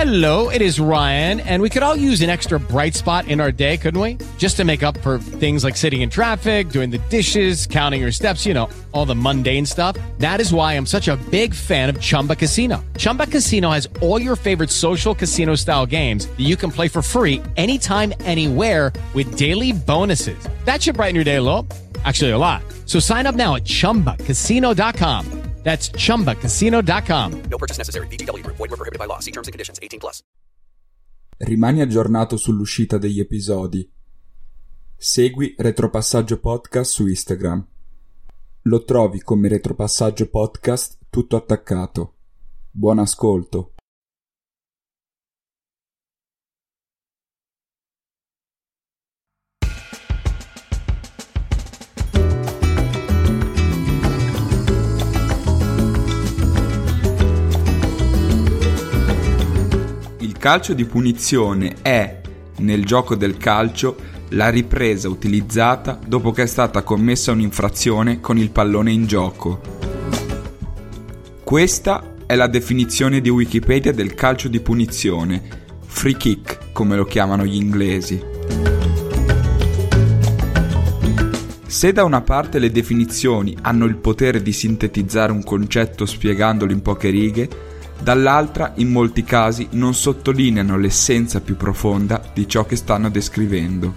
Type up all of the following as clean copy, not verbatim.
Hello, it is Ryan, and we could all use an extra bright spot in our day, couldn't we? Just to make up for things like sitting in traffic, doing the dishes, counting your steps, you know, all the mundane stuff. That is why I'm such a big fan of Chumba Casino. Chumba Casino has all your favorite social casino-style games that you can play for free anytime, anywhere with daily bonuses. That should brighten your day a little. Actually, a lot. So sign up now at ChumbaCasino.com. That's ChumbaCasino.com. No purchase necessary. VGW Group. Void where prohibited by law. See terms and conditions. 18+. Rimani aggiornato sull'uscita degli episodi. Segui Retropassaggio Podcast su Instagram. Lo trovi come Retropassaggio Podcast tutto attaccato. Buon ascolto. Il calcio di punizione è, nel gioco del calcio, la ripresa utilizzata dopo che è stata commessa un'infrazione con il pallone in gioco. Questa è la definizione di Wikipedia del calcio di punizione, free kick come lo chiamano gli inglesi. Se da una parte le definizioni hanno il potere di sintetizzare un concetto spiegandolo in poche righe, dall'altra in molti casi non sottolineano l'essenza più profonda di ciò che stanno descrivendo.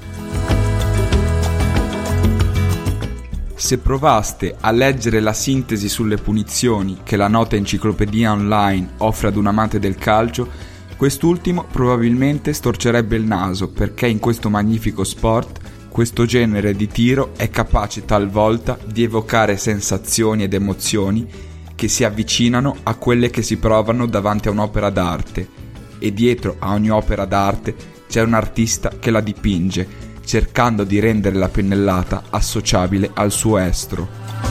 Se provaste a leggere la sintesi sulle punizioni che la nota enciclopedia online offre ad un amante del calcio, quest'ultimo probabilmente storcerebbe il naso, perché in questo magnifico sport questo genere di tiro è capace talvolta di evocare sensazioni ed emozioni che si avvicinano a quelle che si provano davanti a un'opera d'arte, e dietro a ogni opera d'arte c'è un artista che la dipinge, cercando di rendere la pennellata associabile al suo estro.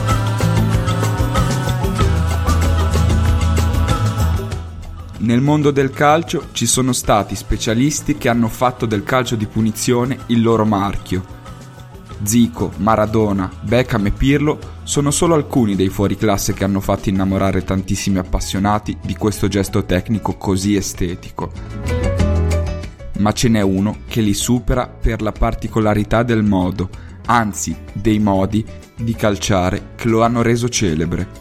Nel mondo del calcio ci sono stati specialisti che hanno fatto del calcio di punizione il loro marchio. Zico, Maradona, Beckham e Pirlo sono solo alcuni dei fuoriclasse che hanno fatto innamorare tantissimi appassionati di questo gesto tecnico così estetico. Ma ce n'è uno che li supera per la particolarità del modo, anzi dei modi, di calciare che lo hanno reso celebre.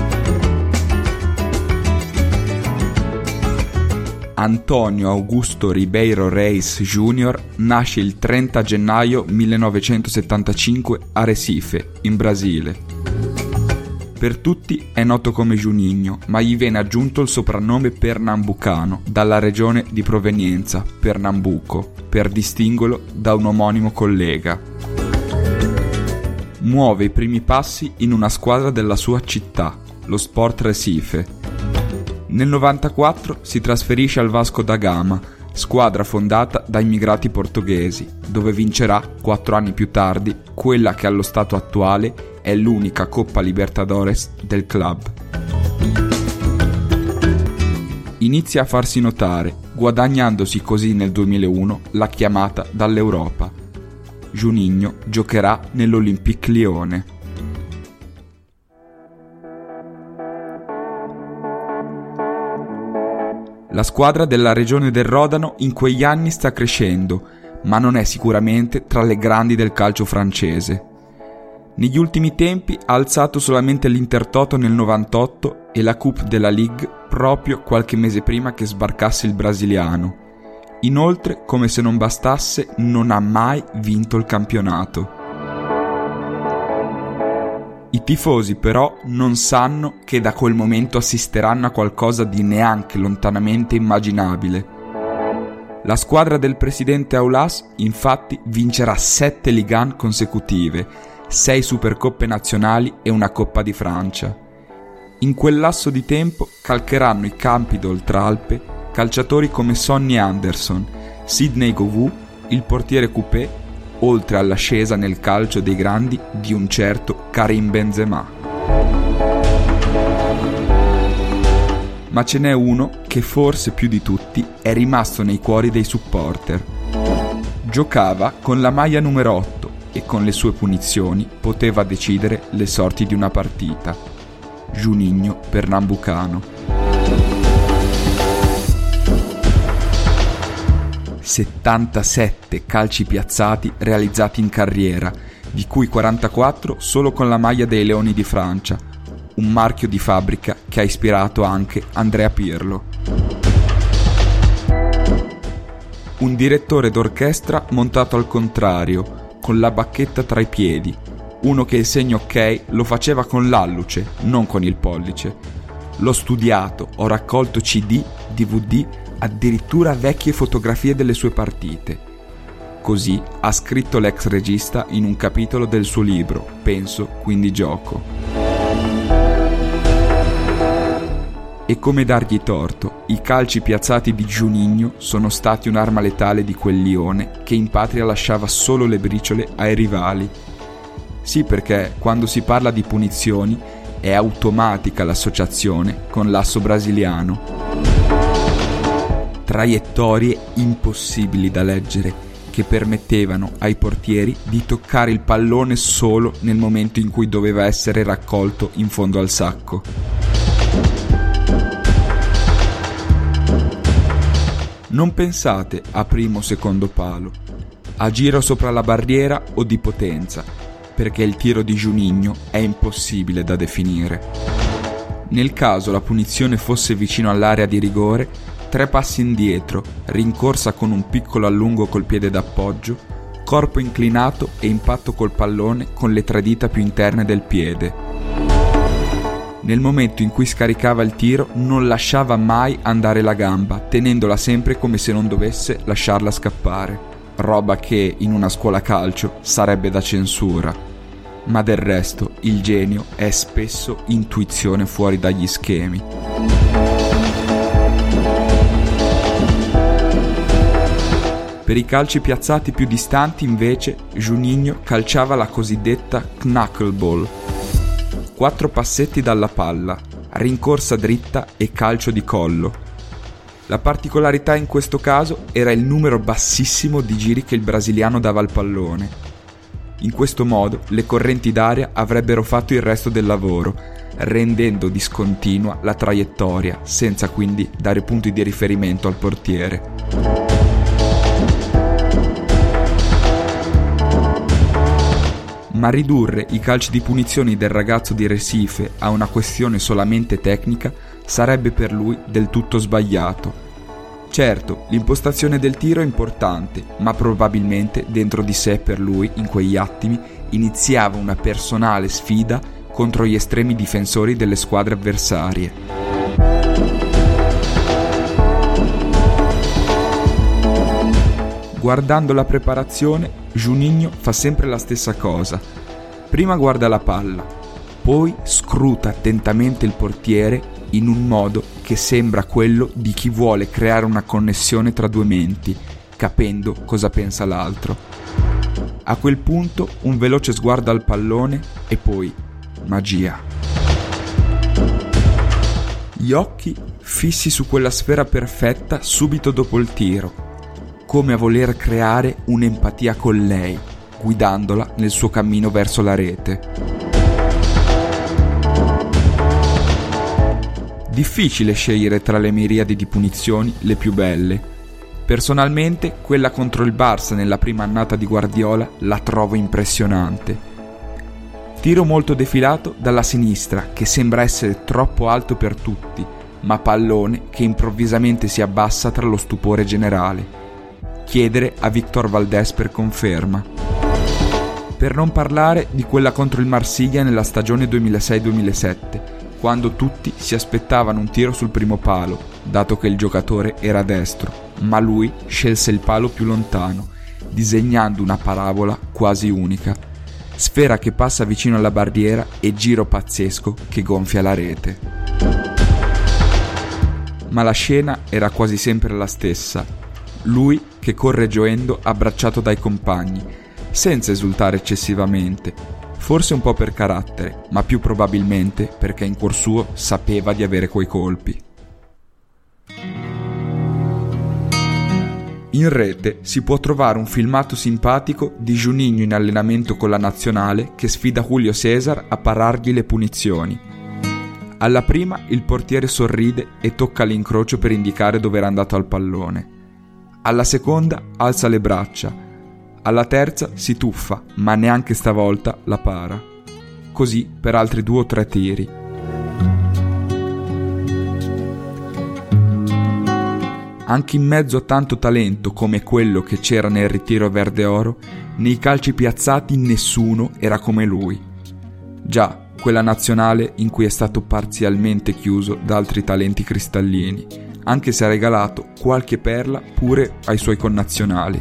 Antonio Augusto Ribeiro Reis Jr. nasce il 30 gennaio 1975 a Recife, in Brasile. Per tutti è noto come Juninho, ma gli viene aggiunto il soprannome pernambucano dalla regione di provenienza, Pernambuco, per distinguerlo da un omonimo collega. Muove i primi passi in una squadra della sua città, lo Sport Recife. Nel 94 si trasferisce al Vasco da Gama, squadra fondata da immigrati portoghesi, dove vincerà 4 anni più tardi quella che allo stato attuale è l'unica Coppa Libertadores del club. Inizia a farsi notare, guadagnandosi così nel 2001 la chiamata dall'Europa. Juninho giocherà nell'Olympique Lione. La squadra della regione del Rodano in quegli anni sta crescendo, ma non è sicuramente tra le grandi del calcio francese. Negli ultimi tempi ha alzato solamente l'Intertoto nel 98 e la Coupe de la Ligue proprio qualche mese prima che sbarcasse il brasiliano. Inoltre, come se non bastasse, non ha mai vinto il campionato. I tifosi però non sanno che da quel momento assisteranno a qualcosa di neanche lontanamente immaginabile. La squadra del presidente Aulas infatti vincerà 7 Ligue 1 consecutive, 6 Supercoppe nazionali e una Coppa di Francia. In quel lasso di tempo calcheranno i campi d'Oltralpe calciatori come Sonny Anderson, Sidney Govou, il portiere Coupé, oltre all'ascesa nel calcio dei grandi di un certo Karim Benzema. Ma ce n'è uno che forse più di tutti è rimasto nei cuori dei supporter. Giocava con la maglia numero 8 e con le sue punizioni poteva decidere le sorti di una partita. Juninho Pernambucano. 77 calci piazzati realizzati in carriera, di cui 44 solo con la maglia dei Leoni di Francia, un marchio di fabbrica che ha ispirato anche Andrea Pirlo. Un direttore d'orchestra montato al contrario, con la bacchetta tra i piedi, uno che il segno ok lo faceva con l'alluce, non con il pollice. L'ho studiato, ho raccolto CD, DVD, addirittura vecchie fotografie delle sue partite. Così ha scritto l'ex regista in un capitolo del suo libro, Penso, quindi gioco. E come dargli torto, i calci piazzati di Juninho sono stati un'arma letale di quel Lione che in patria lasciava solo le briciole ai rivali. Sì, perché quando si parla di punizioni è automatica l'associazione con l'asso brasiliano. Traiettorie impossibili da leggere che permettevano ai portieri di toccare il pallone solo nel momento in cui doveva essere raccolto in fondo al sacco. Non pensate a primo o secondo palo, a giro sopra la barriera o di potenza, perché il tiro di Juninho è impossibile da definire. Nel caso la punizione fosse vicino all'area di rigore, 3 passi indietro, rincorsa con un piccolo allungo col piede d'appoggio, corpo inclinato e impatto col pallone con le 3 dita più interne del piede. Nel momento in cui scaricava il tiro non lasciava mai andare la gamba, tenendola sempre come se non dovesse lasciarla scappare, roba che in una scuola calcio sarebbe da censura. Ma del resto il genio è spesso intuizione fuori dagli schemi. Per i calci piazzati più distanti invece Juninho calciava la cosiddetta knuckleball. 4 passetti dalla palla, rincorsa dritta e calcio di collo. La particolarità in questo caso era il numero bassissimo di giri che il brasiliano dava al pallone. In questo modo le correnti d'aria avrebbero fatto il resto del lavoro, rendendo discontinua la traiettoria, senza quindi dare punti di riferimento al portiere. Ma ridurre i calci di punizione del ragazzo di Recife a una questione solamente tecnica sarebbe per lui del tutto sbagliato. Certo, l'impostazione del tiro è importante, ma probabilmente dentro di sé per lui, in quegli attimi, iniziava una personale sfida contro gli estremi difensori delle squadre avversarie. Guardando la preparazione, Juninho fa sempre la stessa cosa. Prima guarda la palla, poi scruta attentamente il portiere in un modo che sembra quello di chi vuole creare una connessione tra due menti, capendo cosa pensa l'altro. A quel punto un veloce sguardo al pallone e poi magia. Gli occhi fissi su quella sfera perfetta subito dopo il tiro, come a voler creare un'empatia con lei, guidandola nel suo cammino verso la rete. Difficile scegliere tra le miriadi di punizioni le più belle. Personalmente, quella contro il Barça nella prima annata di Guardiola la trovo impressionante. Tiro molto defilato dalla sinistra, che sembra essere troppo alto per tutti, ma pallone che improvvisamente si abbassa tra lo stupore generale. Chiedere a Victor Valdés per conferma. Per non parlare di quella contro il Marsiglia nella stagione 2006-2007, quando tutti si aspettavano un tiro sul primo palo, dato che il giocatore era destro, ma lui scelse il palo più lontano, disegnando una parabola quasi unica. Sfera che passa vicino alla barriera e giro pazzesco che gonfia la rete. Ma la scena era quasi sempre la stessa. Lui che corre gioendo abbracciato dai compagni, senza esultare eccessivamente, forse un po' per carattere, ma più probabilmente perché in cuor suo sapeva di avere quei colpi. In rete si può trovare un filmato simpatico di Juninho in allenamento con la nazionale che sfida Julio César a parargli le punizioni. Alla prima il portiere sorride e tocca l'incrocio per indicare dove era andato al pallone. Alla seconda alza le braccia, alla terza si tuffa, ma neanche stavolta la para. Così per altri 2 o 3 tiri. Anche in mezzo a tanto talento come quello che c'era nel ritiro verde oro, nei calci piazzati nessuno era come lui. Già, quella nazionale in cui è stato parzialmente chiuso da altri talenti cristallini, anche se ha regalato qualche perla pure ai suoi connazionali.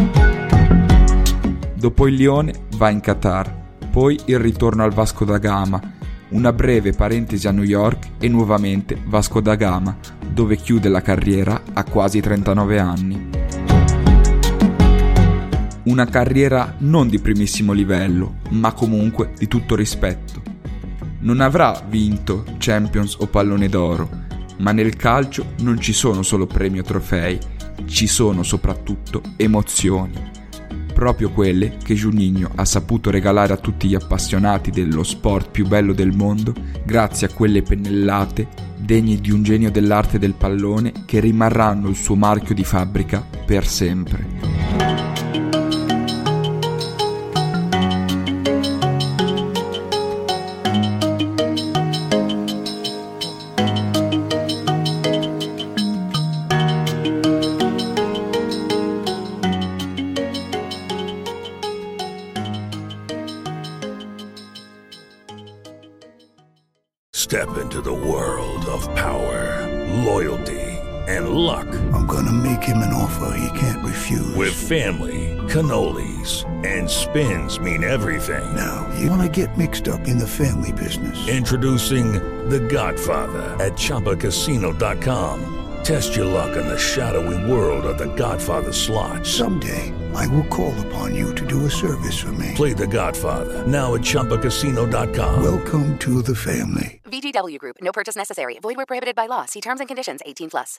Dopo il Lione va in Qatar, poi il ritorno al Vasco da Gama, una breve parentesi a New York e nuovamente Vasco da Gama, dove chiude la carriera a quasi 39 anni. Una carriera non di primissimo livello, ma comunque di tutto rispetto. Non avrà vinto Champions o Pallone d'Oro, ma nel calcio non ci sono solo premi o trofei, ci sono soprattutto emozioni. Proprio quelle che Juninho ha saputo regalare a tutti gli appassionati dello sport più bello del mondo, grazie a quelle pennellate degne di un genio dell'arte del pallone che rimarranno il suo marchio di fabbrica per sempre. Step into the world of power, loyalty, and luck. I'm gonna make him an offer he can't refuse. With family, cannolis, and spins mean everything. Now, you wanna get mixed up in the family business. Introducing The Godfather at ChumbaCasino.com. Test your luck in the shadowy world of The Godfather slot. Someday, I will call upon you to do a service for me. Play The Godfather, now at ChumbaCasino.com. Welcome to the family. VGW Group. No purchase necessary. Void where prohibited by law. See terms and conditions. 18+.